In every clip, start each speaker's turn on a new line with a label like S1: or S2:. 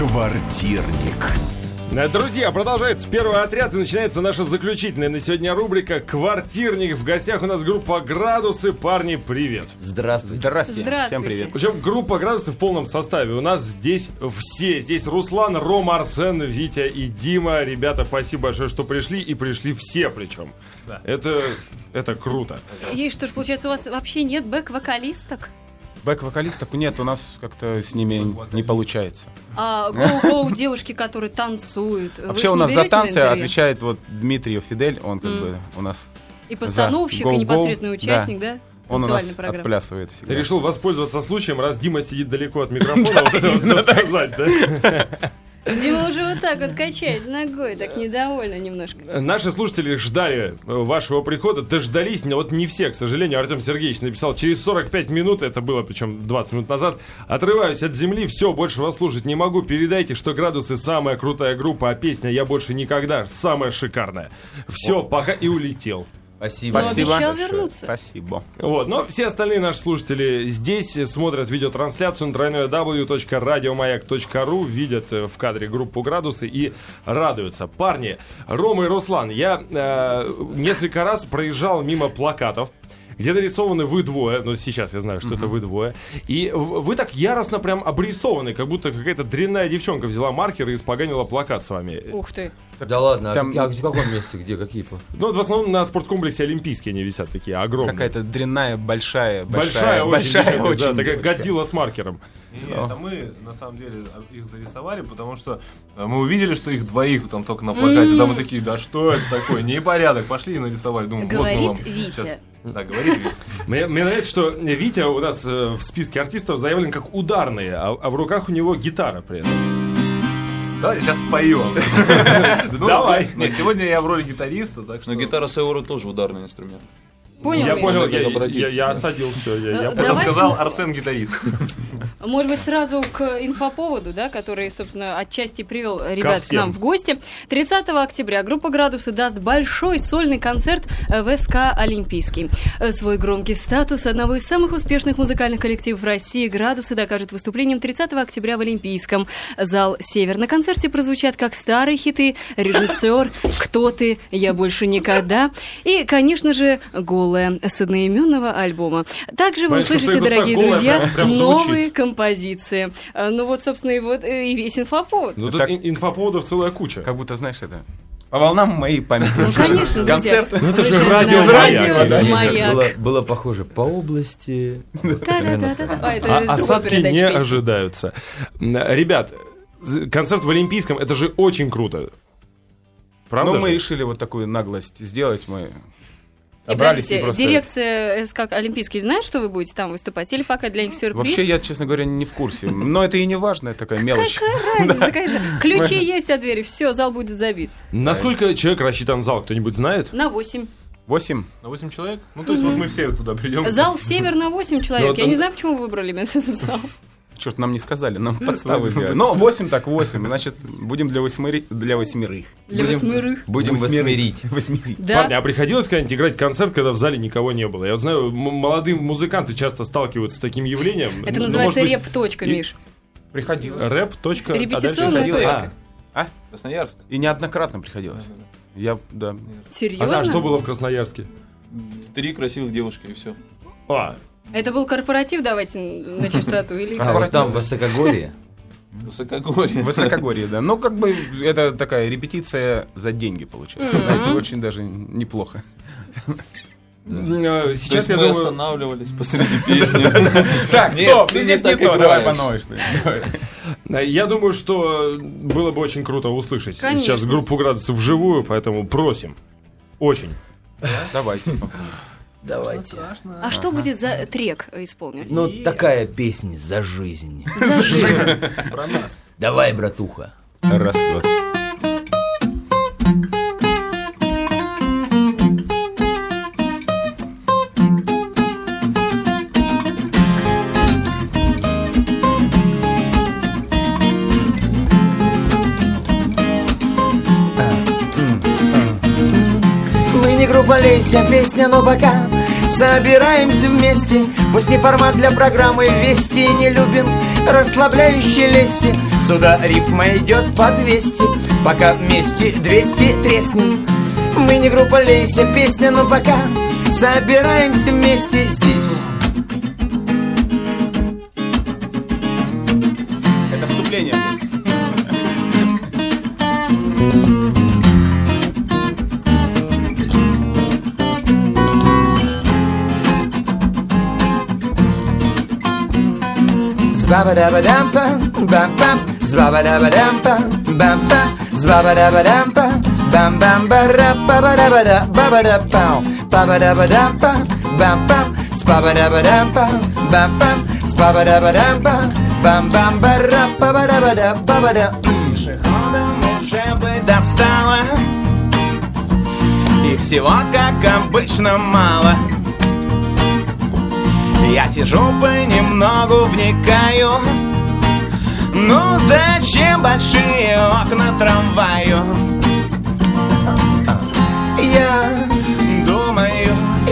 S1: Квартирник.
S2: Друзья, продолжается первый отряд, и начинается наша заключительная на сегодня рубрика «Квартирник». В гостях у нас группа «Градусы». Парни, привет.
S3: Здравствуйте.
S4: Здравствуйте.
S3: Всем привет.
S2: Причем группа «Градусы» в полном составе. У нас здесь все. Здесь Руслан, Рома, Арсен, Витя и Дима. Ребята, спасибо большое, что пришли. И пришли все причем. Да. Это круто.
S4: И что ж, получается, у вас вообще нет бэк-вокалисток?
S3: Бэк-вокалисток нет, у нас как-то с ними не получается.
S4: А гоу-гоу девушки, которые танцуют.
S3: Вообще у нас за танцы отвечает вот Дмитрий Фидель, он как бы у нас
S4: и постановщик, и непосредственный участник, да?
S3: Он у нас отплясывает всегда.
S2: Ты решил воспользоваться случаем, раз Дима сидит далеко от микрофона, вот это вот все сказать, да?
S4: Дима уже вот так вот качает ногой, так недовольно немножко.
S2: Наши слушатели ждали вашего прихода, дождались, но вот не все, к сожалению. Артем Сергеевич написал, через 45 минут, это было причем 20 минут назад, отрываюсь от земли, все, больше вас слушать не могу. Передайте, что «Градусы» самая крутая группа, а песня «Я больше никогда» самая шикарная. Все, пока и улетел.
S3: Спасибо.
S4: Спасибо. Обещал вернуться.
S3: Спасибо.
S2: Вот, но все остальные наши слушатели здесь смотрят видеотрансляцию www.radiomayak.ru, видят в кадре группу «Градусы» и радуются. Парни, Рома и Руслан, я несколько раз проезжал мимо плакатов, где нарисованы вы двое, ну сейчас я знаю, что это вы двое, и вы так яростно прям обрисованы, как будто какая-то дрянная девчонка взяла маркер и испоганила плакат с вами.
S4: Ух ты.
S3: Да ладно,
S5: а в каком месте, где, какие?
S2: Ну, в основном на спорткомплексе Олимпийские они висят такие, огромные.
S3: Какая-то дрянная, большая
S2: очень, да, такая Годзилла с маркером.
S5: Нет, это мы, на самом деле, их зарисовали, потому что мы увидели, что их двоих там только на плакате, да, мы такие, да что это такое, непорядок, пошли и нарисовали. Думаю,
S4: говорит
S5: вот мы вам
S4: Витя.
S5: Сейчас... Да, говорит Витя.
S2: Мне нравится, что Витя у нас в списке артистов заявлен как ударные, а в руках у него гитара при этом.
S5: Давай, сейчас спою вам.
S2: Давай.
S5: Сегодня я в роли гитариста, так что...
S6: Но гитара Сеору тоже ударный инструмент.
S2: Я понял,
S6: обратиться.
S2: я осадил все.
S5: Это сказал Арсен, гитарист.
S4: Может быть, сразу к инфоповоду, да, который, собственно, отчасти привел ребят к нам в гости. 30 октября группа «Градусы» даст большой сольный концерт в СК «Олимпийский». Свой громкий статус одного из самых успешных музыкальных коллективов России «Градусы» докажет выступлением 30 октября в Олимпийском. Зал «Север». На концерте прозвучат как старые хиты «Режиссер», «Кто ты?», «Я больше никогда» и, конечно же, «Голая» с одноименного альбома. Также вы услышите, дорогие друзья, новые композиции. Ну вот, собственно, и весь инфоповод.
S2: Ну тут инфоповодов целая куча.
S3: Как будто, знаешь, это... По волнам моей памяти.
S4: Ну, конечно,
S3: концерт.
S2: Ну это же радиомаяк.
S5: Было похоже по области.
S2: Осадки не ожидаются. Ребят, концерт в Олимпийском, это же очень круто. Правда?
S3: Ну мы решили вот такую наглость сделать, мы...
S4: Подождите, дирекция СК «Олимпийский» знает, что вы будете там выступать? Или пока для них сюрприз?
S3: Вообще, я, честно говоря, не в курсе. Но это и не важно, это такая мелочь.
S4: Какая разница, конечно. Ключи есть от двери, все, зал будет забит.
S2: На сколько человек рассчитан зал, кто-нибудь знает?
S4: На 8.
S3: 8?
S5: На 8 человек? Ну, то есть вот мы все туда придем.
S4: Зал «Север» на 8 человек. Я не знаю, почему вы выбрали именно этот зал.
S3: Черт, нам не сказали, нам подставы сделали. Но 8 так 8, значит, будем для восьмерых.
S4: Для восьмерых.
S5: Будем восьмерить.
S2: Парни, а приходилось когда-нибудь играть концерт, когда в зале никого не было? Я вот знаю, молодые музыканты часто сталкиваются с таким явлением.
S4: Это называется рэп-точка, Миш.
S3: Приходилось.
S2: Рэп-точка.
S4: Репетиционная точка.
S6: Красноярск.
S3: И неоднократно приходилось. Да.
S4: Серьезно?
S2: А что было в Красноярске?
S6: 3 красивых девушки и все.
S4: Это был корпоратив, давайте на чистоту, или
S5: вот там высокогорье.
S3: Высокогорье, да. Ну, как бы, это такая репетиция за деньги, получается. Знаете, очень даже неплохо.
S6: Сейчас, я думаю... останавливались посреди песни.
S3: Так, стоп, ты здесь не то, давай по новой.
S2: Я думаю, что было бы очень круто услышать сейчас группу «Градусов» вживую, поэтому просим. Очень.
S3: Давайте.
S5: Давайте.
S4: А что будет за трек исполнен?
S5: Ну, такая песня «За жизнь».
S4: За жизнь.
S5: Про нас. Давай, братуха.
S3: Раз, два.
S7: Мы не группа Лейся, песня, но пока
S1: собираемся вместе. Пусть не формат для программы «Вести», не любим расслабляющие лести. Сюда рифма идет по 200, пока вместе 200 треснем. Мы не группа Лейся, песня, но пока собираемся вместе здесь.
S3: Это вступление.
S1: Збаба-даба-дампа, бам-бам, збаба-даба-дампа, бам-бам, збаба-даба-дампа, бам-бам-бара-ба-ба-да-ба-да, ба-ба-да-пау, ба-ба-даба-дампа, бам-бам, спаба-даба-дампа, бам-бам, спаба-даба-дампа, бам-бам-бара-ба-ба-да-ба-да, ба-ба-да. Пешеходам уже бы достало, и всего, как обычно, мало. Я сижу понемногу, вникаю. Ну зачем большие окна трамваю? Я думаю,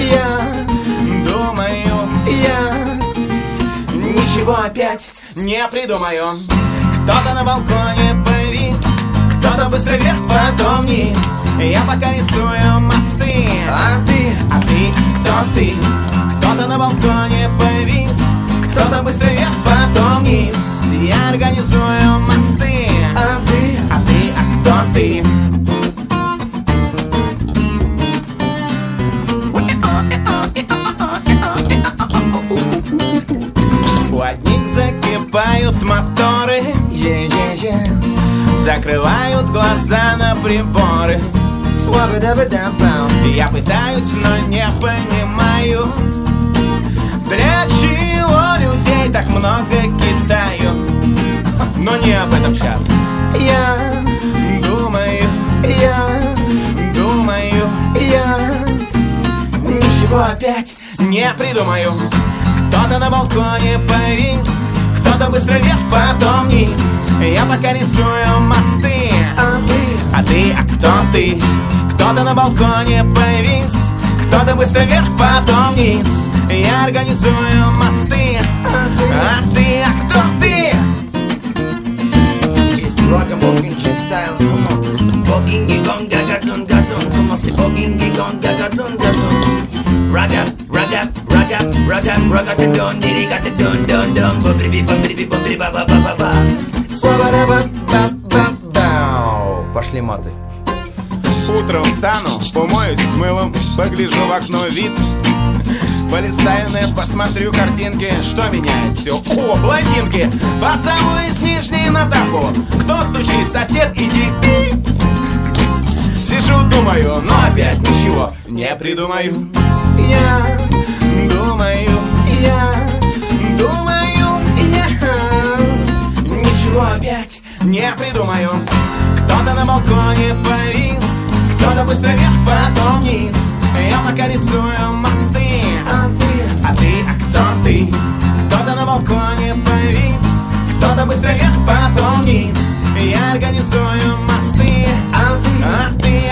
S1: ничего опять не придумаю. Кто-то на балконе повис, кто-то быстро вверх, потом вниз. Я пока рисую мосты. А ты, кто ты? Кто-то на балконе повис, кто-то быстро вверх, потом вниз. Я организую мосты. А кто ты? У одних закипают моторы, закрывают глаза на приборы. Я пытаюсь, но не понимаю, для чего людей так много Китаю. Но не об этом сейчас. Я думаю, ничего опять не придумаю. Кто-то на балконе повис, кто-то быстро вверх, потом вниз. Я пока рисую мосты. А кто ты? Кто-то на балконе повис, кто-то быстро вверх, потом вниз. Я организую мосты. А кто ты? Just rock and walking, just style, come on. Bogingi gong, gagazon, gazon. Come on, say bogingi gong, gagazon, gazon. Raga, raga, raga, raga, raga, the don, diddy, got the don, don, don. Bubbly, bubbly, bubbly, ba, ba, ba, ba, ba. Swabba, ba, ba, ba. Пошли маты.
S3: Утром встану, помоюсь с мылом, погляжу в окно вид. Полистаю нет, посмотрю картинки. Что меняет все? О, блондинки! Позову из нижней на таку. Кто стучит? Сосед, иди. Сижу, думаю, но опять ничего не придумаю. Я думаю, ничего опять не придумаю. Кто-то на балконе повис, кто-то быстро вверх, потом вниз. Я пока рисую мосты. А кто ты? Кто-то на балконе повис, кто-то быстро вверх, потом вниз. Я организую мосты. А кто ты?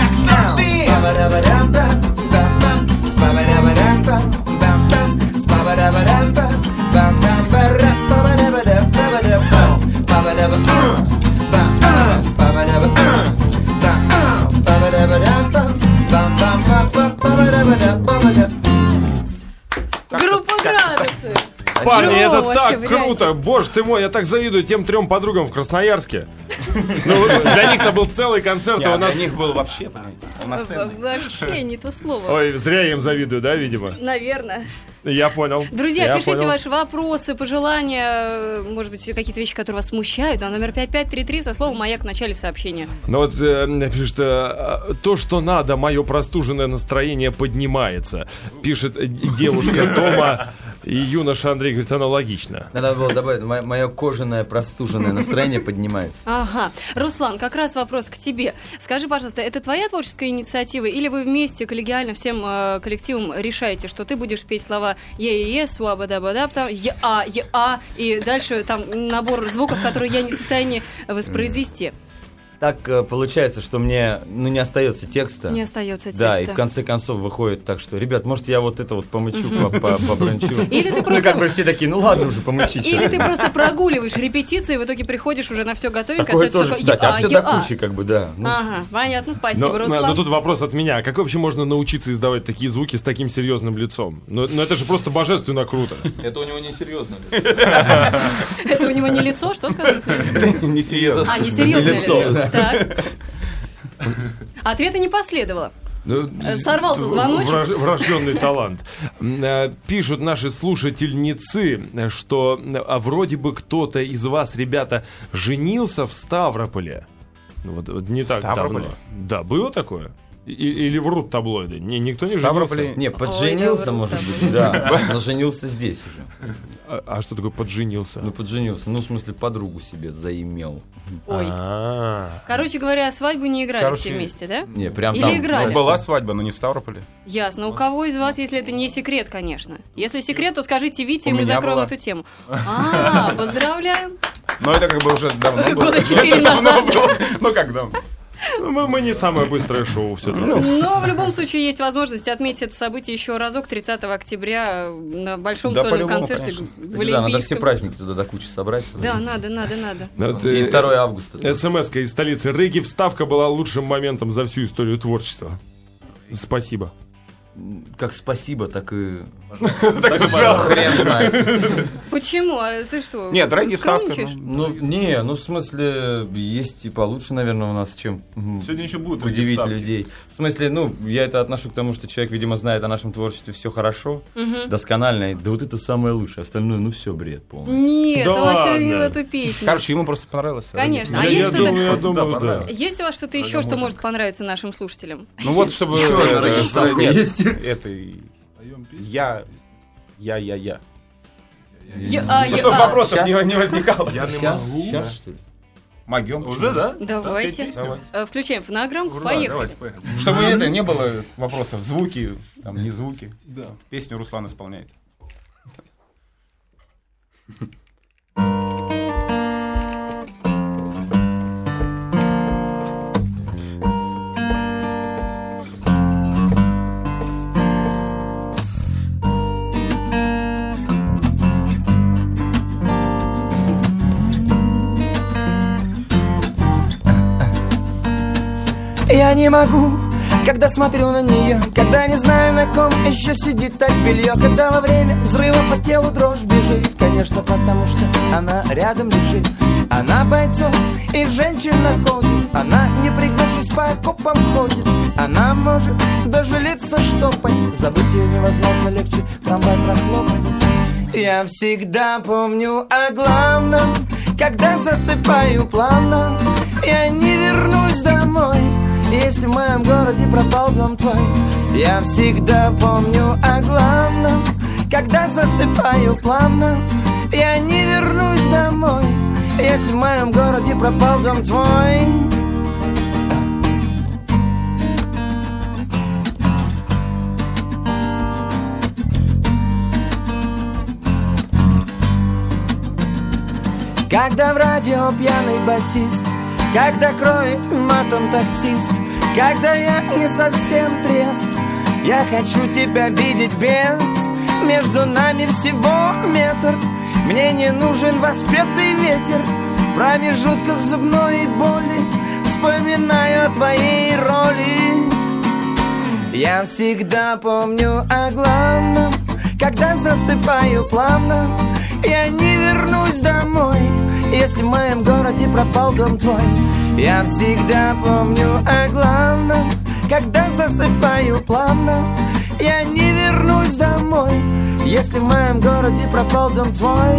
S4: Группа «Градусы».
S2: Парни, это
S4: вообще
S2: так
S4: варианте?
S2: круто! Боже ты мой, я так завидую тем 3 подругам в Красноярске. Ну, для них-то был целый концерт, а у нас...
S3: Для них был вообще, понимаете, полноценный.
S4: Вообще не то слово.
S2: Ой, зря я им завидую, да, видимо?
S4: Наверное.
S2: Я понял.
S4: Друзья,
S2: Я
S4: пишите
S2: понял.
S4: ваши вопросы, пожелания, может быть, какие-то вещи, которые вас смущают, на номер 5533 со словом «Маяк» в начале сообщения.
S2: Ну вот пишет, то, что надо, мое простуженное настроение поднимается. Пишет девушка из дома, и юноша Андрей говорит, аналогично.
S1: Надо было добавить, мое кожаное простуженное настроение поднимается.
S4: Ага. Руслан, как раз вопрос к тебе. Скажи, пожалуйста, это твоя творческая инициатива, или вы вместе, коллегиально, всем коллективом решаете, что ты будешь петь слова «е-е-е», «суа-ба-да-ба-да», там «я-а», «я-а», и дальше там набор звуков, которые я не в состоянии воспроизвести?
S7: Так получается, что мне не остается текста.
S4: Не остается текста.
S7: Да, и в конце концов выходит так, что, ребят, может, я вот это вот помычу, побранчу.
S4: Или ты
S7: Ну,
S4: просто...
S7: как бы все такие, ну ладно уже, помычи.
S4: Или ты просто прогуливаешь репетиции, и в итоге приходишь уже на все готовенькое.
S7: Такое тоже, кстати, а все до кучи, как бы, да.
S4: Ага, понятно, спасибо,
S2: Но
S4: Руслан.
S2: тут вопрос от меня. Как вообще можно научиться издавать такие звуки с таким серьезным лицом? Но это же просто божественно круто.
S6: Это у него не серьезно.
S4: Это у него не лицо, что сказать?
S7: Несерьезно.
S4: А, несерьезное
S7: Лицо,
S4: лицо.
S7: да.
S4: Так. Ответа не последовало. Сорвался звоночек.
S2: Врожденный талант. Пишут наши слушательницы, что вроде бы кто-то из вас, ребята, женился в Ставрополе. Вот не так давно. Да, было такое? Или врут таблоиды? Никто не женился?
S7: Не, подженился, может быть, да. Но женился здесь уже.
S2: А что такое подженился?
S7: Ну, подженился. Ну, в смысле, подругу себе заимел.
S4: Ой. Короче говоря, свадьбу не играли все вместе, да?
S7: Не, прям
S4: Или
S7: там.
S4: играли?
S8: Была свадьба, но не в Ставрополе.
S4: Ясно. У кого из вас, если это не секрет, конечно? Если секрет, то скажите Вите, и
S8: У
S4: мы
S8: меня
S4: закроем
S8: была.
S4: эту тему. Поздравляем.
S8: Но это как бы уже давно было.
S4: Года 4 назад.
S8: Ну как давно?
S2: Мы не самое быстрое шоу все-таки.
S4: Но в любом случае есть возможность отметить это событие еще разок 30 октября на большом
S8: Да,
S4: сольном
S8: по-любому,
S4: концерте
S8: конечно.
S4: в
S7: Да, надо все
S4: Олимпийском.
S7: праздники туда до кучи собрать.
S4: Да, надо.
S7: И 2 августа.
S2: СМС-ка из столицы. Регги-вставка была лучшим моментом за всю историю творчества. Спасибо.
S7: Как спасибо, так и...
S8: Хрен знает.
S4: Почему? А ты что?
S8: Нет, дорогие ставки.
S4: скромничаешь?
S7: Ну, в смысле, есть и получше, наверное, у нас, чем
S5: Сегодня еще будут
S7: удивить
S5: ставки.
S7: людей. В смысле, я это отношу к тому, что человек, видимо, знает о нашем творчестве все хорошо, досконально, и да вот это самое лучшее, остальное, все бред полный.
S4: Нет,
S2: Да
S4: он
S2: ладно.
S4: оценил эту песню.
S8: Короче, ему просто понравилось.
S4: Конечно. А
S2: Я
S4: есть что-то...
S2: думаю, да.
S4: Есть у вас что-то еще, что может понравиться нашим слушателям?
S8: Ну вот, чтобы...
S7: Ставка есть?
S8: Это... Я.
S4: Ну,
S8: Ну, чтобы вопросов не возникало.
S7: Сейчас, что ли?
S8: Могем.
S5: Уже, да?
S4: Давайте.
S5: Давайте.
S4: Включаем фонограммку,
S5: Ура,
S4: поехали.
S5: давайте, поехали.
S8: Чтобы это не было вопросов. Звуки, там, не звуки.
S5: Да.
S8: Песню Руслан исполняет.
S3: Я не могу, когда смотрю на нее, когда не знаю, на ком еще сидит так белье, когда во время взрыва по телу дрожь бежит, конечно, потому что она рядом лежит. Она бойцом и женщина ходит, она, не пригнувшись, по окопам ходит. Она может даже лица штопать, забыть ее невозможно, легче трамвай прохлопать. Я всегда помню о главном, когда засыпаю плавно. Я не вернусь домой, если в моем городе пропал дом твой. Я всегда помню о главном, когда засыпаю плавно. Я не вернусь домой, если в моем городе пропал дом твой. Когда в радио пьяный басист, когда кроет матом таксист, когда я не совсем трезв, я хочу тебя видеть без. Между нами всего метр, мне не нужен воспетый ветер. В промежутках зубной боли вспоминаю о твоей роли. Я всегда помню о главном, когда засыпаю плавно. Я не вернусь домой, если в моем городе пропал дом твой. Я всегда помню о главном, когда засыпаю плавно. Я не вернусь домой, если в моем городе пропал дом твой.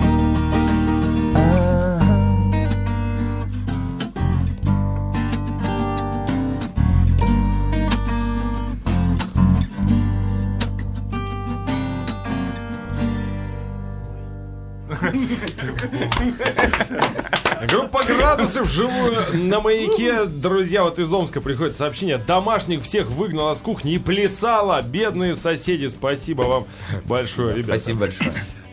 S2: Группа «Градусы» вживую на Маяке. Друзья, вот из Омска приходит сообщение: домашних всех выгнала с кухни и плясала. Бедные соседи, спасибо вам большое, ребята.
S7: Спасибо большое.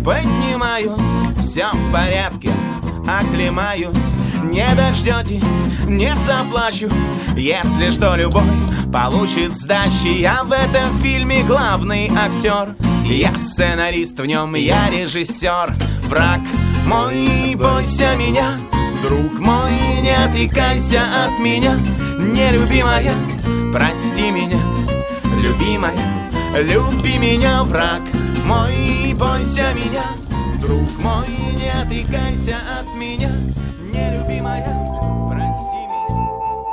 S3: поднимаюсь, все в порядке, оклемаюсь. Не дождетесь, не заплачу, если что, любой получит сдачи. Я в этом фильме главный актер, я сценарист в нем, я режиссер. Враг мой, бойся меня, друг мой, не отрекайся от меня. Нелюбимая, прости меня, любимая, люби меня. Враг мой, бойся меня, друг мой, не отрекайся от меня. Нелюбимая, прости меня.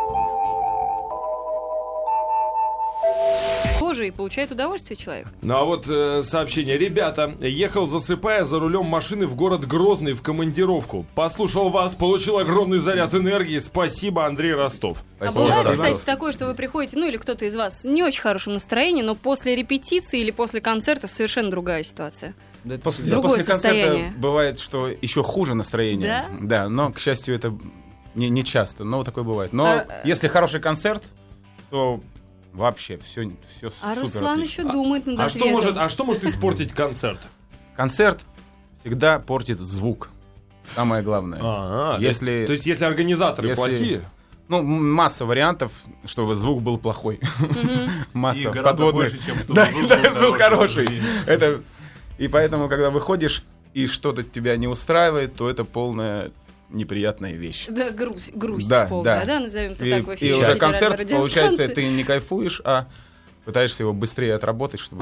S4: Тоже и получает удовольствие человек.
S2: Ну а вот сообщение. Ребята, ехал засыпая за рулем машины в город Грозный в командировку. Послушал вас, получил огромный заряд энергии. Спасибо, Андрей Ростов.
S4: Спасибо, бывает, кстати, такое, что вы приходите, ну или кто-то из вас не очень хорошем настроении, но после репетиции или после концерта совершенно другая ситуация.
S8: После концерта бывает, что еще хуже настроение.
S4: Да?
S8: Да, но, к счастью, это не часто, но такое бывает. Но если хороший концерт, то вообще все супер.
S4: А Руслан еще думает над
S2: ответом. Что может испортить концерт?
S8: Концерт всегда портит звук. Самое главное.
S2: То есть, если организаторы плохие...
S8: Ну, масса вариантов, чтобы звук был плохой. Масса
S5: подводных. Больше, чем
S8: был хороший. И поэтому, когда выходишь, и что-то тебя не устраивает, то это полная неприятная вещь.
S4: Да, грусть полная, да, назовем это так в эфире.
S8: И уже концерт, получается, ты не кайфуешь, а пытаешься его быстрее отработать, чтобы...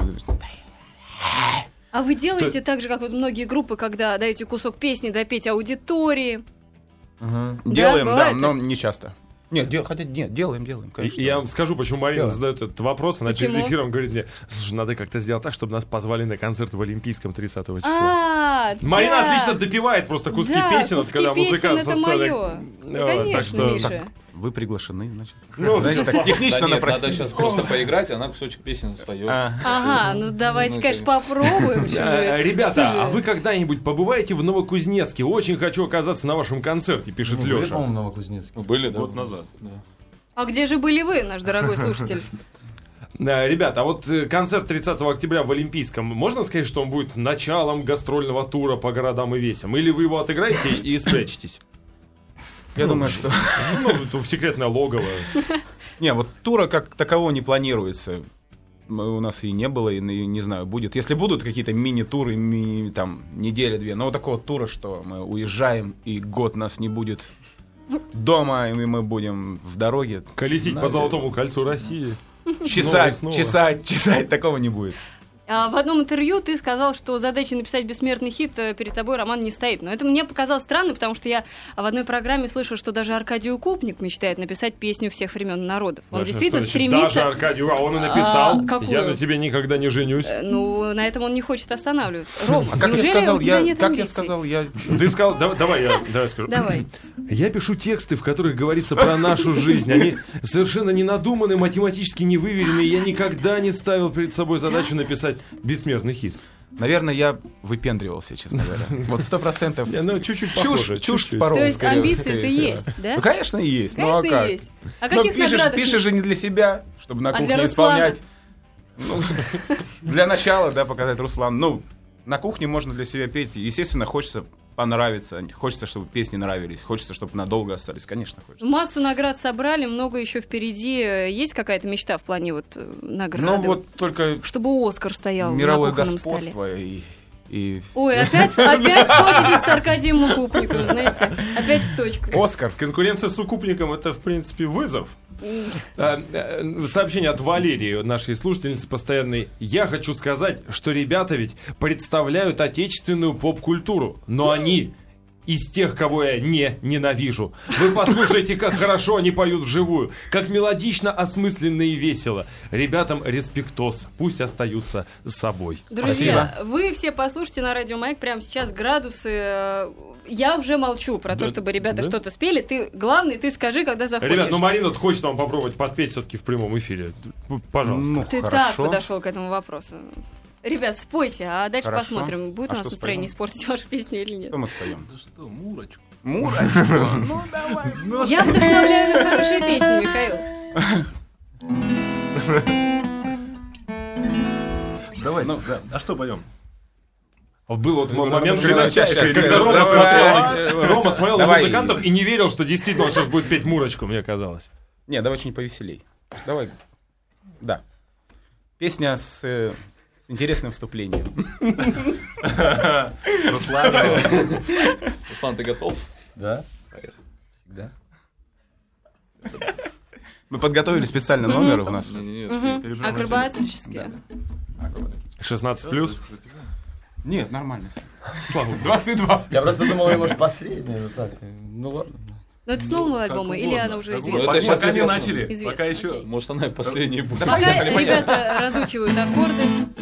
S4: А вы делаете так же, как вот многие группы, когда даете кусок песни допеть аудитории?
S8: Делаем, да, но не часто. Нет, делаем, конечно.
S2: Я вам скажу, почему Марина задает этот вопрос. Она перед эфиром говорит мне: слушай, надо как-то сделать так, чтобы нас позвали на концерт в Олимпийском 30 числа. Марина отлично допивает просто куски песен, когда музыкант со сцены.
S4: Конечно, Миша.
S8: Вы приглашены, значит.
S6: Значит, так технично надо сейчас просто поиграть, она кусочек песен споет.
S4: Ага, ну давайте, конечно, попробуем.
S2: Ребята, а вы когда-нибудь побываете в Новокузнецке? Очень хочу оказаться на вашем концерте, пишет Леша.
S7: Были, по-моему, в Новокузнецке.
S6: Были, да?
S5: Год назад.
S4: А где же были вы, наш дорогой слушатель?
S2: Ребята, а вот концерт 30 октября в Олимпийском, можно сказать, что он будет началом гастрольного тура по городам и весям? Или вы его отыграете и спрячетесь?
S8: Я думаю, что...
S2: Ну, в секретное логово.
S8: Не, вот тура как такового не планируется. У нас и не было, и не знаю, будет. Если будут какие-то мини-туры, там, неделя-две, но вот такого тура, что мы уезжаем, и год нас не будет дома, и мы будем в дороге.
S2: Колесить по Золотому кольцу России.
S8: Чесать, такого не будет.
S4: В одном интервью ты сказал, что задача написать бессмертный хит перед тобой, Роман, не стоит. Но это мне показалось странно, потому что я в одной программе слышала, что даже Аркадий Укупник мечтает написать песню всех времен и народов. Он действительно стремится...
S2: Даже Аркадий, он и написал. Я на тебе никогда не женюсь.
S4: Ну, на этом он не хочет останавливаться. Ром,
S8: как я сказал,
S2: Ты сказал, давай я скажу.
S4: Давай.
S2: Я пишу тексты, в которых говорится про нашу жизнь. Они совершенно не надуманы, математически не выверены. Я никогда не ставил перед собой задачу написать бессмертный хит.
S8: Наверное, я выпендривался, честно говоря. Вот 100%.
S2: Ну, чуть-чуть похоже.
S8: Чушь с порога.
S4: То есть амбиции-то есть, да?
S8: Ну, конечно, есть.
S4: Ну, а как?
S8: Но пишешь же не для себя, чтобы на кухне исполнять. Для начала, да, показать Руслан. Ну, на кухне можно для себя петь. Естественно, хочется понравиться. Хочется, чтобы песни нравились. Хочется, чтобы надолго остались. Конечно, хочется.
S4: Массу наград собрали, много еще впереди. Есть какая-то мечта в плане вот награды?
S8: Ну, вот только...
S4: Чтобы Оскар стоял
S8: мировое
S4: на кухонном
S8: господство
S4: столе.
S8: И...
S4: Ой, опять ходите с Аркадием Укупником, знаете? Опять в точку.
S2: Оскар. Конкуренция с Укупником — это, в принципе, вызов. Сообщение от Валерии, нашей слушательницы постоянной. Я хочу сказать, что ребята ведь представляют отечественную поп-культуру, но они из тех, кого я ненавижу. Вы послушайте, как хорошо они поют вживую, как мелодично, осмысленно и весело. Ребятам респектос, пусть остаются с собой.
S4: Друзья, вы все послушайте на Радио Маяк прямо сейчас градусы. Я уже молчу про то, чтобы ребята что-то спели. Ты, главное, ты скажи, когда захочешь.
S2: Ребят, ну Марина хочет вам попробовать подпеть все-таки в прямом эфире. Пожалуйста.
S8: Ну,
S4: ты так подошел к этому вопросу. Ребят, спойте, а дальше посмотрим, будет у нас настроение испортить вашу песню или нет.
S8: Что мы споем?
S5: Да что, Мурочку.
S8: Мурочку? Ну, давай.
S4: Я вдохновляю на хорошие песни, Михаил.
S5: Давайте, а что поем?
S2: Был вот момент,
S8: когда
S2: Рома смотрел на музыкантов и не верил, что действительно он сейчас будет петь Мурочку, мне казалось.
S8: Не, давай что-нибудь повеселей. Давай. Да. Песня с интересным вступлением.
S6: Руслан, ты готов?
S7: Да. Всегда.
S8: Мы подготовили специальный номер у нас.
S4: Акробатические.
S2: 16+.
S8: Нет, нормально.
S2: Слава Богу.
S8: 22.
S7: Я просто думал, я, может, последний. Ну так, ну ладно.
S4: Но это с нового альбома или она уже известна?
S6: Это сейчас
S5: Пока не
S6: известно.
S5: начали.
S4: Известно,
S5: Пока еще...
S4: окей.
S6: Может, она и последняя будет.
S4: Пока ребята разучивают аккорды.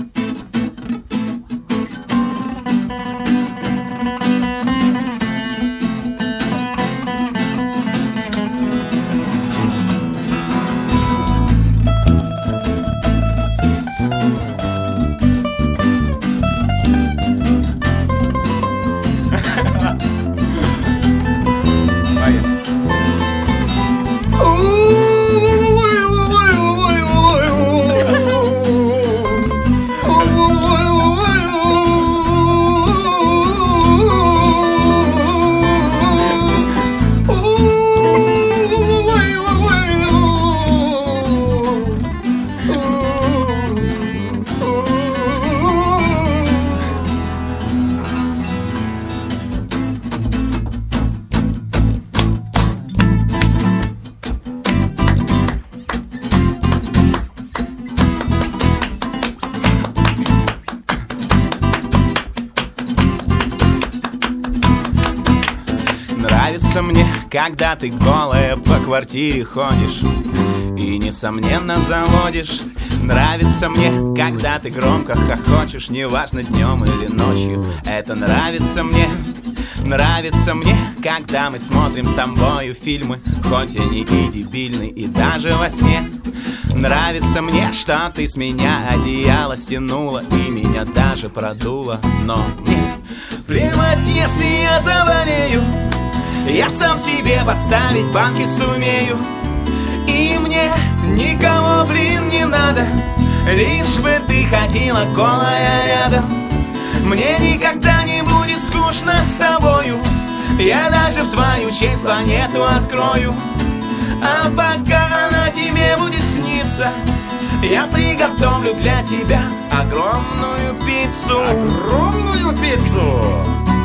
S3: Нравится мне, когда ты голая по квартире ходишь и, несомненно, заводишь. Нравится мне, когда ты громко хохочешь, неважно днем или ночью. Это нравится мне. Нравится мне, когда мы смотрим с тобою фильмы, хоть они и дебильны, и даже во сне. Нравится мне, что ты с меня одеяло стянула и меня даже продула. Но мне плевать, если я заболею, я сам себе поставить банки сумею. И мне никого, блин, не надо, лишь бы ты ходила голая рядом. Мне никогда не будет скучно с тобою, я даже в твою честь планету открою. А пока она тебе будет сниться, я приготовлю для тебя огромную пиццу.
S7: Огромную пиццу!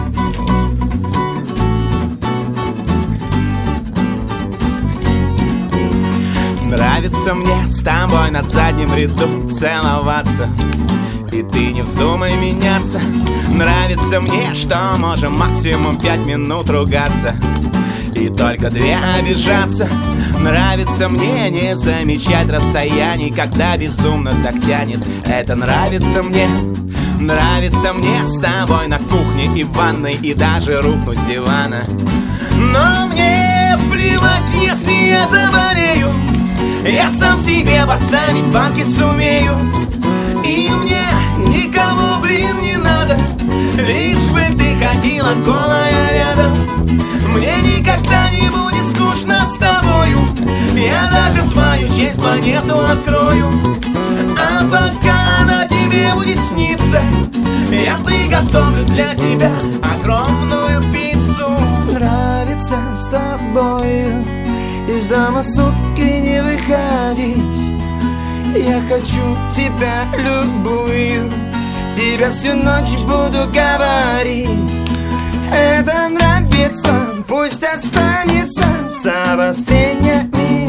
S3: Нравится мне с тобой на заднем ряду целоваться, и ты не вздумай меняться. Нравится мне, что можем максимум 5 минут ругаться и только 2 обижаться. Нравится мне не замечать расстояний, когда безумно так тянет. Это нравится мне. Нравится мне с тобой на кухне и в ванной, и даже рухнуть с дивана. Но мне плевать, если я заболею, я сам себе поставить банки сумею. И мне никого, блин, не надо, лишь бы ты ходила голая рядом. Мне никогда не будет скучно с тобою, я даже в твою честь планету открою. А пока она тебе будет сниться, я приготовлю для тебя огромную пиццу.
S1: Нравится с тобою из дома сутки не выходить. Я хочу тебя любую, тебя всю ночь буду говорить. Это нравится, пусть останется с обострениями,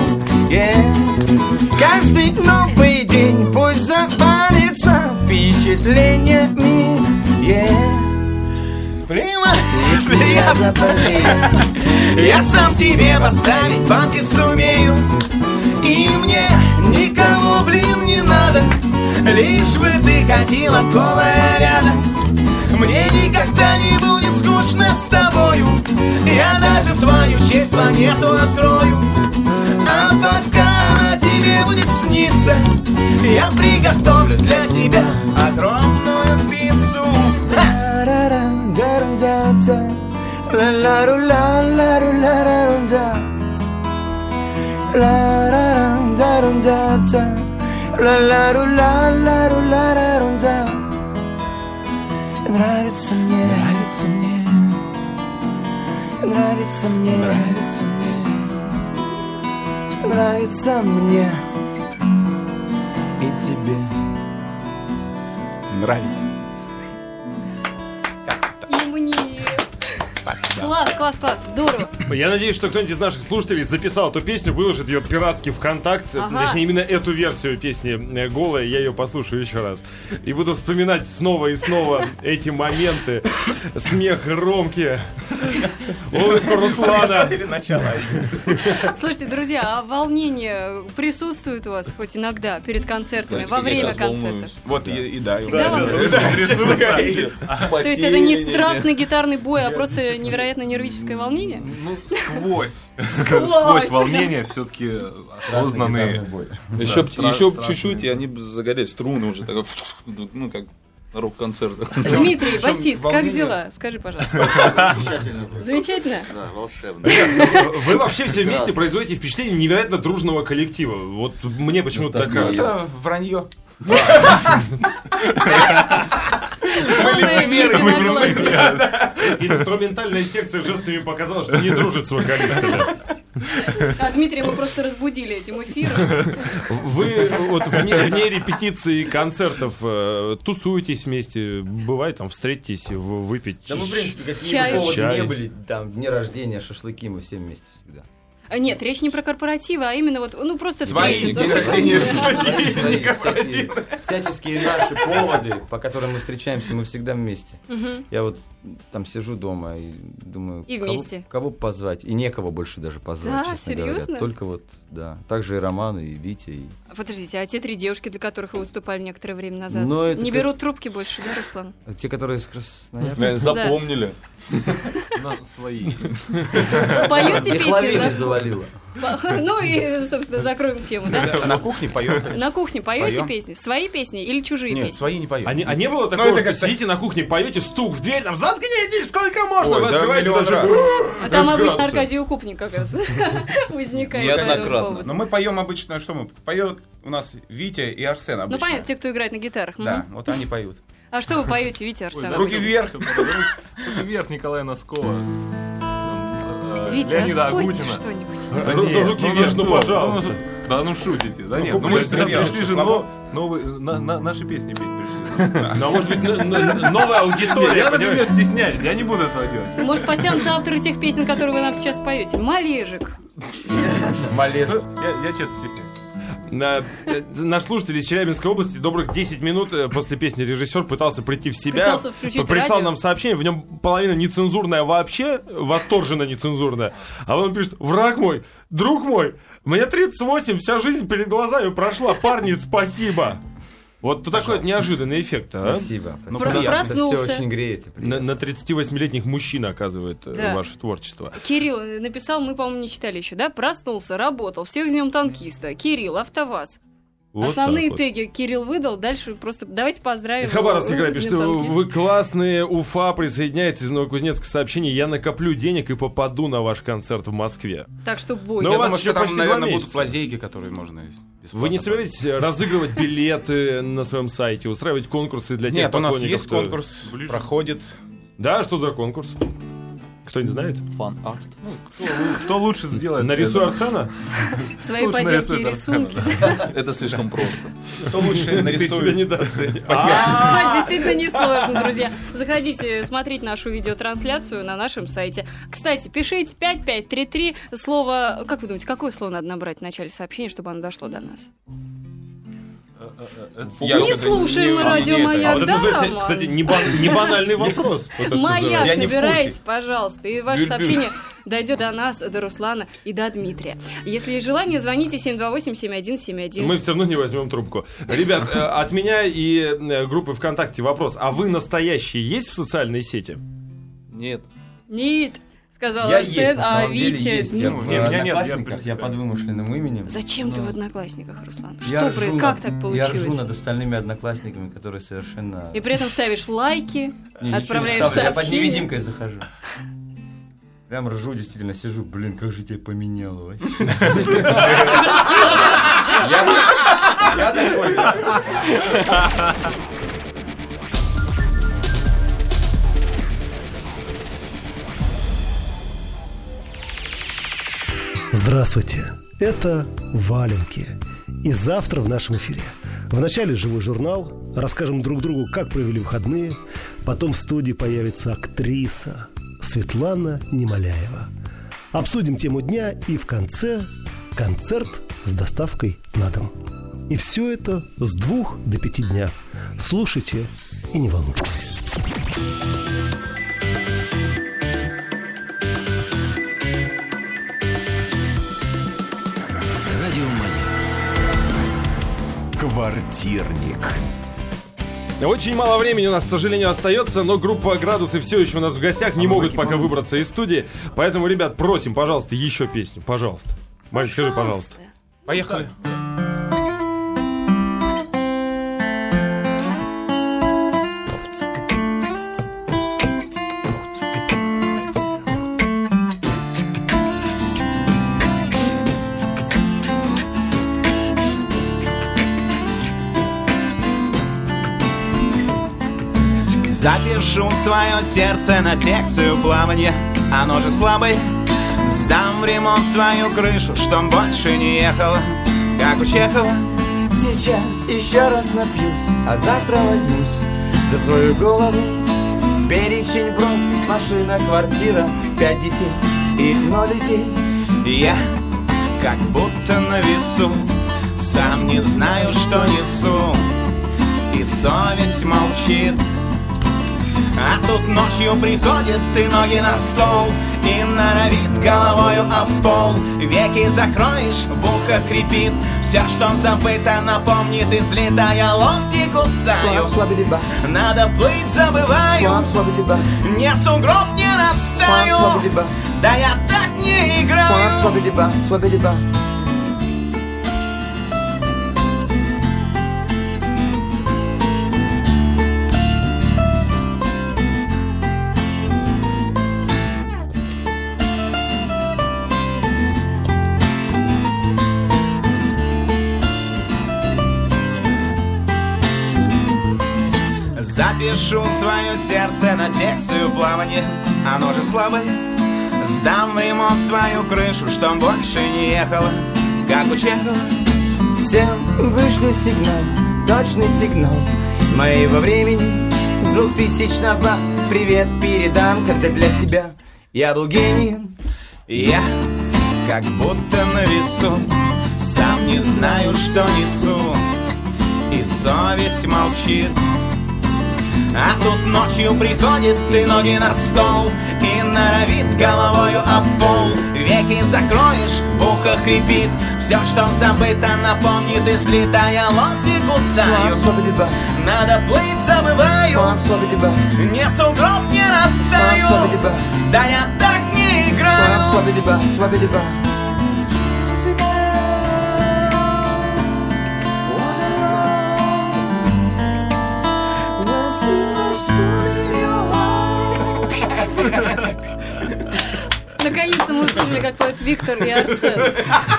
S1: Каждый новый день пусть завалится впечатлениями,
S3: Прямо, если я заболею, я сам себе поставить банки сумею. И мне никого, блин, не надо, лишь бы ты ходила голая рядом. Мне никогда не будет скучно с тобою, я даже в твою честь планету открою. А пока тебе будет сниться, я приготовлю для тебя огромную пиццу. Нравится мне, нравится мне, нравится мне, нравится мне, нравится мне и тебе.
S8: Нравится.
S4: И мне. Класс, здорово.
S2: Я надеюсь, что кто-нибудь из наших слушателей записал эту песню, выложит ее пиратски ВКонтакт, точнее, именно эту версию песни голая, я ее послушаю еще раз. И буду вспоминать снова и снова эти моменты. Смех Ромки, улыбку Руслана.
S4: Слушайте, друзья, а волнение присутствует у вас хоть иногда перед концертами, во время концертов?
S8: Вот и да.
S4: То есть это не страстный гитарный бой, а просто невероятно нервическое волнение?
S5: Ну, сквозь волнение все-таки осознанные.
S6: Еще чуть-чуть, и они бы загорели, струны уже, ну, как на рок-концертах.
S4: Дмитрий, басист, как дела? Скажи, пожалуйста.
S9: Замечательно.
S4: Замечательно?
S9: Да, волшебно.
S2: Вы вообще все вместе производите впечатление невероятно дружного коллектива. Вот мне почему-то такая...
S8: Это вранье.
S5: Мы лицемеры, мы лицемеры.
S2: Инструментальная секция жестами показала, что не дружит с вокалистами.
S4: А Дмитрия мы просто разбудили этим эфиром.
S2: Вы вот вне репетиции концертов тусуетесь вместе, бывает там встретитесь, выпить.
S7: Да мы, в принципе, какие
S4: Чай.
S7: бы поводы
S2: Чай.
S7: не были, там, дни рождения, шашлыки, мы все вместе всегда.
S4: Нет, речь не про корпоративы, а именно вот, ну просто
S8: Свои
S4: встретиться.
S8: дни рождения,
S7: Свои всяческие наши поводы, по которым мы встречаемся, мы всегда вместе. Я вот там сижу дома и думаю,
S4: И вместе.
S7: кого позвать. И некого больше даже позвать,
S4: Да,
S7: честно
S4: серьезно?
S7: говоря. Только вот, да. Также и Роман, и Витя. И...
S4: Подождите, а те 3 девушки, для которых вы выступали некоторое время назад,
S7: Но это
S4: не
S7: как-
S4: берут трубки больше, да, Руслан?
S7: Те, которые из Красноярска.
S6: Наверное, запомнили.
S5: Свои.
S4: Поете
S7: Их
S4: песни,
S7: лавиной
S4: да?
S7: завалило.
S4: Ну и, собственно, закроем тему, да?
S8: На кухне поем. конечно.
S4: На кухне поете
S8: Поем.
S4: песни? Свои песни или чужие
S8: Нет,
S4: песни?
S8: свои не поем.
S2: А не было такого,
S8: это
S2: что
S8: как-то-
S2: сидите на кухне, поете, стук в дверь, там, заткнитесь, сколько можно,
S8: Ой,
S2: вы
S8: да,
S2: открываете,
S8: миллион
S2: даже...
S8: раз.
S4: А там обычно
S2: градусов.
S4: Аркадий Укупник как раз возникает по этому
S6: Неоднократно.
S4: поводу.
S8: Но мы поем обычно, что мы? Поет у нас Витя и Арсен обычно.
S4: Ну, понятно, те, кто играет на гитарах.
S8: Да,
S4: Мгм.
S8: вот они поют.
S4: А что вы поете, Витя, Арсен?
S8: Руки вверх.
S5: Руки вверх, Николая Носкова.
S4: Витя,
S5: Леонида
S4: а спойте
S5: Агутина.
S4: что-нибудь.
S5: Да
S2: Ру-
S5: нет,
S2: руки вверх, ну,
S5: что?
S2: пожалуйста.
S5: Да ну шутите. Да
S8: Ну,
S5: нет, ну мы же
S8: куплетик вверх,
S5: пришли же
S8: слабо.
S5: новые, наши песни петь пришли.
S2: Ну, а может быть, новая аудитория,
S5: Я, например,
S2: понимаешь?
S5: стесняюсь, я не буду этого делать.
S4: Может, потянутся авторы тех песен, которые вы нам сейчас поете? Малежик.
S7: Малежик.
S5: Я честно стесняюсь.
S2: Наш слушатель из Челябинской области добрых 10 минут после песни режиссер пытался прийти в себя.
S4: Пытался включить
S2: Прислал
S4: радио.
S2: нам сообщение, в нем половина нецензурная вообще, восторженно нецензурная. А он пишет: враг мой, друг мой, мне 38, вся жизнь перед глазами прошла, парни, спасибо. Вот такой вот неожиданный эффект, а?
S7: Спасибо.
S8: Ну,
S7: спасибо.
S8: приятно.
S7: Это
S4: Проснулся.
S7: все очень греет. и приятно.
S2: На 38-летних мужчин оказывает
S4: Да.
S2: ваше творчество.
S4: Кирилл написал, мы, по-моему, не читали еще, да? Проснулся, работал, всех с днем танкиста. Кирилл, АвтоВАЗ.
S2: Вот
S4: Основные
S2: так вот.
S4: теги Кирилл выдал, дальше просто давайте поздравим.
S2: Хабаровский край
S4: с
S2: пишет,
S4: Днем
S2: что
S4: танкиста.
S2: вы классные, Уфа присоединяется из Новокузнецка сообщение: я накоплю денег и попаду на ваш концерт в Москве.
S4: Так что бой.
S2: Ну,
S8: Я
S2: у вас
S8: думаю,
S2: еще
S8: что там,
S2: почти 2
S8: наверное,
S2: месяца.
S8: будут лазейки, которые можно бесплатно
S2: Вы не
S8: получить.
S2: собираетесь разыгрывать билеты на своем сайте, устраивать конкурсы для тех
S8: Нет, у нас
S2: поклонников,
S8: есть
S2: кто-
S8: конкурс, проходит.
S2: Да, что за конкурс? Кто-нибудь знает?
S6: Фан-арт.
S5: Кто лучше сделает?
S2: Нарисуй Арсена?
S4: Свои
S5: Лучше
S4: поделки
S5: нарисуй
S4: и
S5: Арсена,
S4: рисунки.
S6: Это слишком просто.
S8: Кто лучше
S2: Ты себя
S8: нарисует?
S2: недооценил.
S4: Действительно несложно, друзья. Заходите смотреть нашу видеотрансляцию на нашем сайте. Кстати, пишите 5533 слово... Как вы думаете, какое слово надо набрать в начале сообщения, чтобы оно дошло до нас?
S8: Я
S4: Не
S8: уже
S4: слушаем мы радио
S8: это-
S4: «Маяк».
S2: А вот это
S4: да,
S2: называется,
S4: Роман?
S2: кстати, не банальный вопрос. Вот это
S4: Маяк,
S2: называется.
S8: Я не в курсе.
S4: набирайте, пожалуйста, и ваше
S6: Бюль-бюль.
S4: сообщение дойдет до нас, до Руслана и до Дмитрия. Если есть желание, звоните 728-7171.
S2: Мы все равно не возьмем трубку. Ребят, от меня и группы ВКонтакте вопрос. А вы настоящие есть в социальной сети?
S6: Нет.
S4: Нет, сказал
S7: Я
S4: Арсен,
S7: есть, на
S4: а
S7: самом деле
S4: Витя...
S7: есть. Я в
S5: Не, меня нет, я
S7: Одноклассниках, я под вымышленным именем.
S4: Зачем ты
S7: Но
S4: в Одноклассниках, Руслан?
S7: я
S4: Что,
S7: ржу
S4: как
S7: над-
S4: так
S7: Я
S4: получилось?
S7: ржу над остальными одноклассниками, которые совершенно...
S4: И при этом ставишь лайки,
S7: Не, ничего не
S4: отправляешь
S7: ставлю, я под
S4: сообщения.
S7: невидимкой захожу. Прям ржу, действительно, сижу, блин, как же тебя поменяло вообще. Я такой.
S10: Здравствуйте, это «Валенки». И завтра в нашем эфире вначале живой журнал, расскажем друг другу, как провели выходные. Потом в студии появится актриса Светлана Немоляева. Обсудим тему дня и в конце концерт с доставкой на дом. И все это с 2 до 5 дня. Слушайте и не волнуйтесь.
S1: Квартирник.
S2: Очень мало времени у нас, к сожалению, остается, но группа «Градусы» все еще у нас в гостях, не могут пока выбраться из студии. Поэтому, ребят, просим, пожалуйста, еще песню, пожалуйста. Марин, скажи, пожалуйста.
S8: Поехали.
S3: Запишу свое сердце на секцию плавания. Оно же слабое. Сдам в ремонт свою крышу, чтоб больше не ехала, как у Чехова.
S11: Сейчас еще раз напьюсь, а завтра возьмусь за свою голову. Перечень прост: машина, квартира, 5 детей и 0 детей.
S3: Я как будто на весу, сам не знаю, что несу, и совесть молчит. А тут ночью приходит и ноги на стол, и норовит головою об пол. Веки закроешь, в ухо хрипит, все, что забыто, напомнит, и злитая локти кусаю. Надо плыть, забываю, не сугроб, не растаю. Да я так не играю. Запишу свое сердце на секцию плавания. Оно же слабое. Сдам в ремонт свою крышу, чтоб больше не ехала, как у Чехова.
S11: Всем вышлю сигнал, точный сигнал моего времени. С 2000-го привет передам, когда для себя я был гением.
S3: Я как будто на весу, сам не знаю, что несу, и совесть молчит. А тут ночью приходит и ноги на стол, и норовит головою об пол. Веки закроешь, в ухо хрипит, все, что забыто, напомнит, и злитая локти кусаю. Надо плыть, забываю, не сугроб, не растаю. Да я так не играю.
S4: Наконец-то мы услышали, как поет Виктор и Арсен.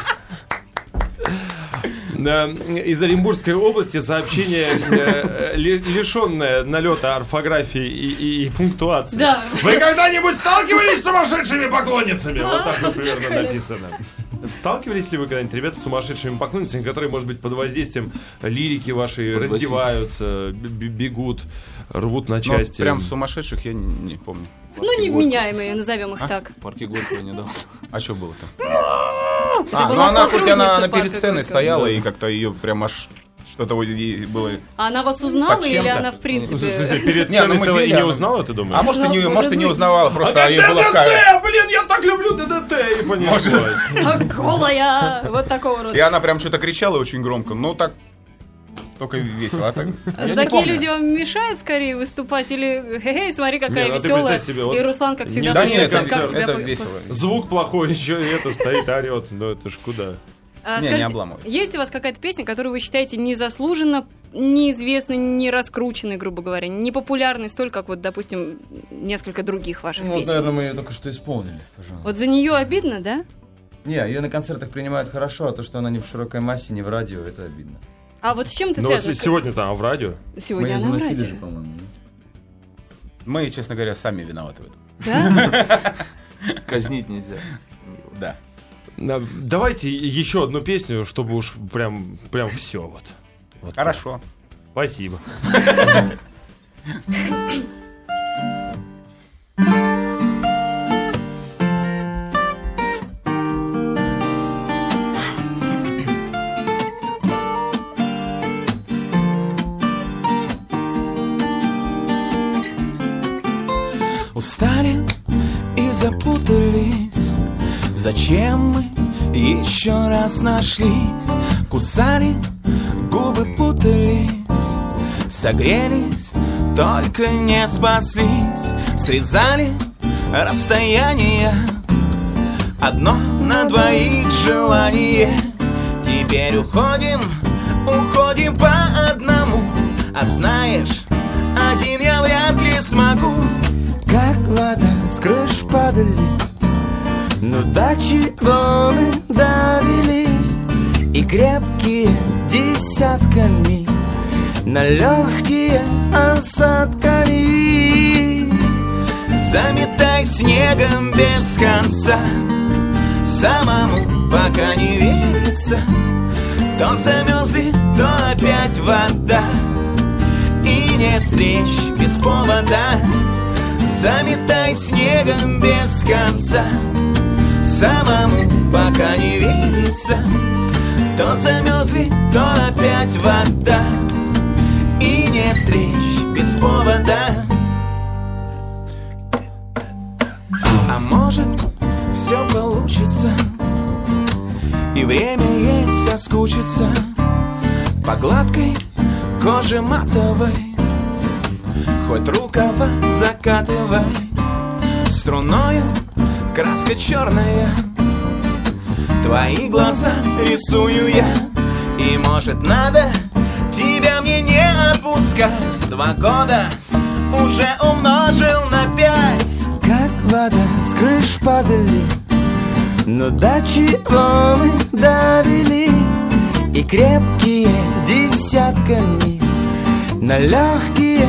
S2: Из Оренбургской области сообщение, лишенное налета орфографии и пунктуации.
S4: Да.
S2: Вы когда-нибудь сталкивались с сумасшедшими поклонницами? Вот так вот примерно написано. Сталкивались ли вы когда-нибудь, ребята, с сумасшедшими поклонницами, которые, может быть, под воздействием лирики вашей раздеваются, бегут, рвут на части?
S8: Прям сумасшедших я не помню.
S4: Ну, невменяемые, назовем их так.
S6: В парке Горького недавно.
S8: А что было-то?
S4: Ну
S8: она хоть она перед сценой стояла, и как-то ее прям аж что-то было.
S4: А она вас узнала или она в принципе...
S2: Перед сценой стояла и не узнала, ты думаешь?
S8: А может и не узнавала, просто ее было в камере.
S2: Блин, я так люблю ДДТ! И понеслась.
S4: Голая! Вот такого рода.
S8: И она прям что-то кричала очень громко, ну так... Только весело, а так...
S4: Такие люди вам мешают скорее выступать? Или, хе-хей, смотри, какая веселая. И Руслан, как всегда,
S8: да нет, это весело.
S2: Звук плохой, еще и это стоит, орет. Ну это ж куда?
S8: Не обламывай.
S4: Есть у вас какая-то песня, которую вы считаете незаслуженно, неизвестной, не раскрученной, грубо говоря, не популярной столь, как вот, допустим, несколько других ваших песен?
S7: Вот, наверное, мы ее только что исполнили, пожалуйста.
S4: Вот за нее обидно, да?
S7: Не, ее на концертах принимают хорошо, а то, что она не в широкой массе, не в радио, это обидно.
S4: А вот с чем это
S2: ну,
S4: связано?
S2: Сегодня-то она в радио.
S4: Сегодня она в радио.
S7: Же, по-моему.
S8: Мы, честно говоря, сами виноваты в этом.
S4: Да?
S6: Казнить нельзя.
S8: Да.
S2: Давайте еще одну песню, чтобы уж прям все вот.
S8: Хорошо.
S2: Спасибо.
S3: Устали и запутались. Зачем мы еще раз нашлись? Кусали, губы путались. Согрелись, только не спаслись. Срезали расстояние. Одно на двоих желание. Теперь уходим по одному. А знаешь, один я вряд ли смогу. Как вода с крыш падали, но до чего мы давили. И крепкие десятками, на легкие осадками. Заметай снегом без конца, самому пока не верится. То замерзли, то опять вода, и не встреч без повода. Заметай снегом без конца, самому пока не верится. То замерзли, то опять вода, и не встреч без повода. А может, все получится, и время есть соскучиться по гладкой коже матовой. Хоть рукава закатывай, струною краска черная. Твои глаза рисую я, и может надо тебя мне не отпускать. 2 года уже умножил на 5. Как вода с крыш падали, но до чего мы давили. И крепкие десятками, на легкие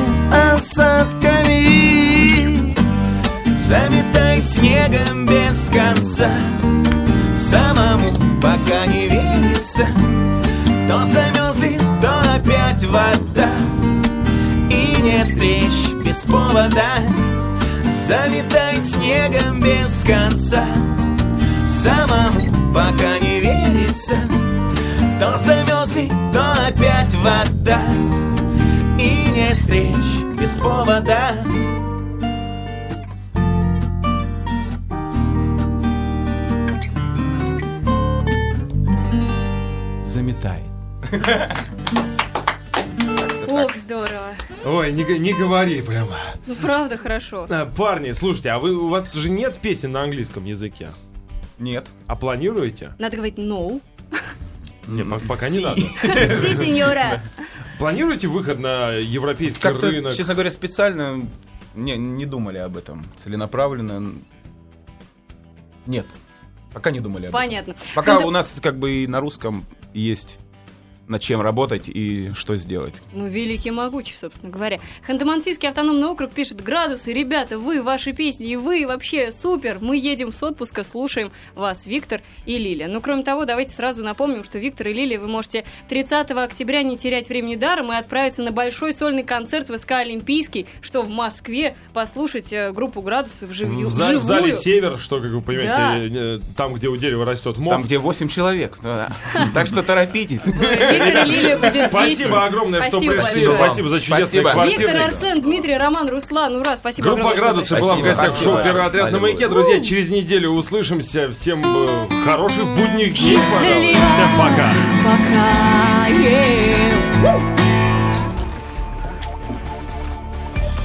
S3: осадками. Заметай снегом без конца, самому пока не верится. То замерзли, то опять вода, и не встреч без повода. Заметай снегом без конца, самому пока не верится. То замерзли, то опять вода, и не встреч без повода. Заметай.
S4: Ох, здорово.
S2: Ой, не говори прямо.
S4: Ну, правда, хорошо.
S2: Парни, слушайте, а у вас же нет песен на английском языке?
S8: Нет.
S2: А планируете?
S4: Надо говорить no.
S2: Не, пока не надо.
S4: Си, сеньора.
S2: Планируете выход на европейский рынок?
S8: Честно говоря, специально не думали об этом. Целенаправленно. Нет. Пока не думали об этом.
S4: Понятно.
S8: Пока у нас как бы и на русском есть над чем работать и что сделать.
S4: Ну, великий могучий, собственно говоря. Ханты-Мансийский автономный округ пишет: градусы, ребята, вы, ваши песни, и вы вообще супер. Мы едем с отпуска, слушаем вас, Виктор и Лиля. Ну, кроме того, давайте сразу напомним, что Виктор и Лиля вы можете 30 октября не терять времени даром и отправиться на большой сольный концерт в СК «Олимпийский», что в Москве, послушать группу «Градусы» вживую.
S2: В зале «Север», что, как вы понимаете, там, где у дерева растет мох.
S8: Там, где 8 человек. Так что торопитесь.
S4: Виктор и Лилия победители.
S2: Спасибо огромное, что пришли. Спасибо за чудесный квартет.
S4: Виктор, Арсен, Дмитрий, Роман, Руслан. Ура, спасибо
S2: огромное. Группа «Градусы» была в гостях в шоу «Первый отряд» на Маяке. Друзья, через неделю услышимся. Всем хороших будних дней, пожалуйста. Всем пока.
S4: Пока.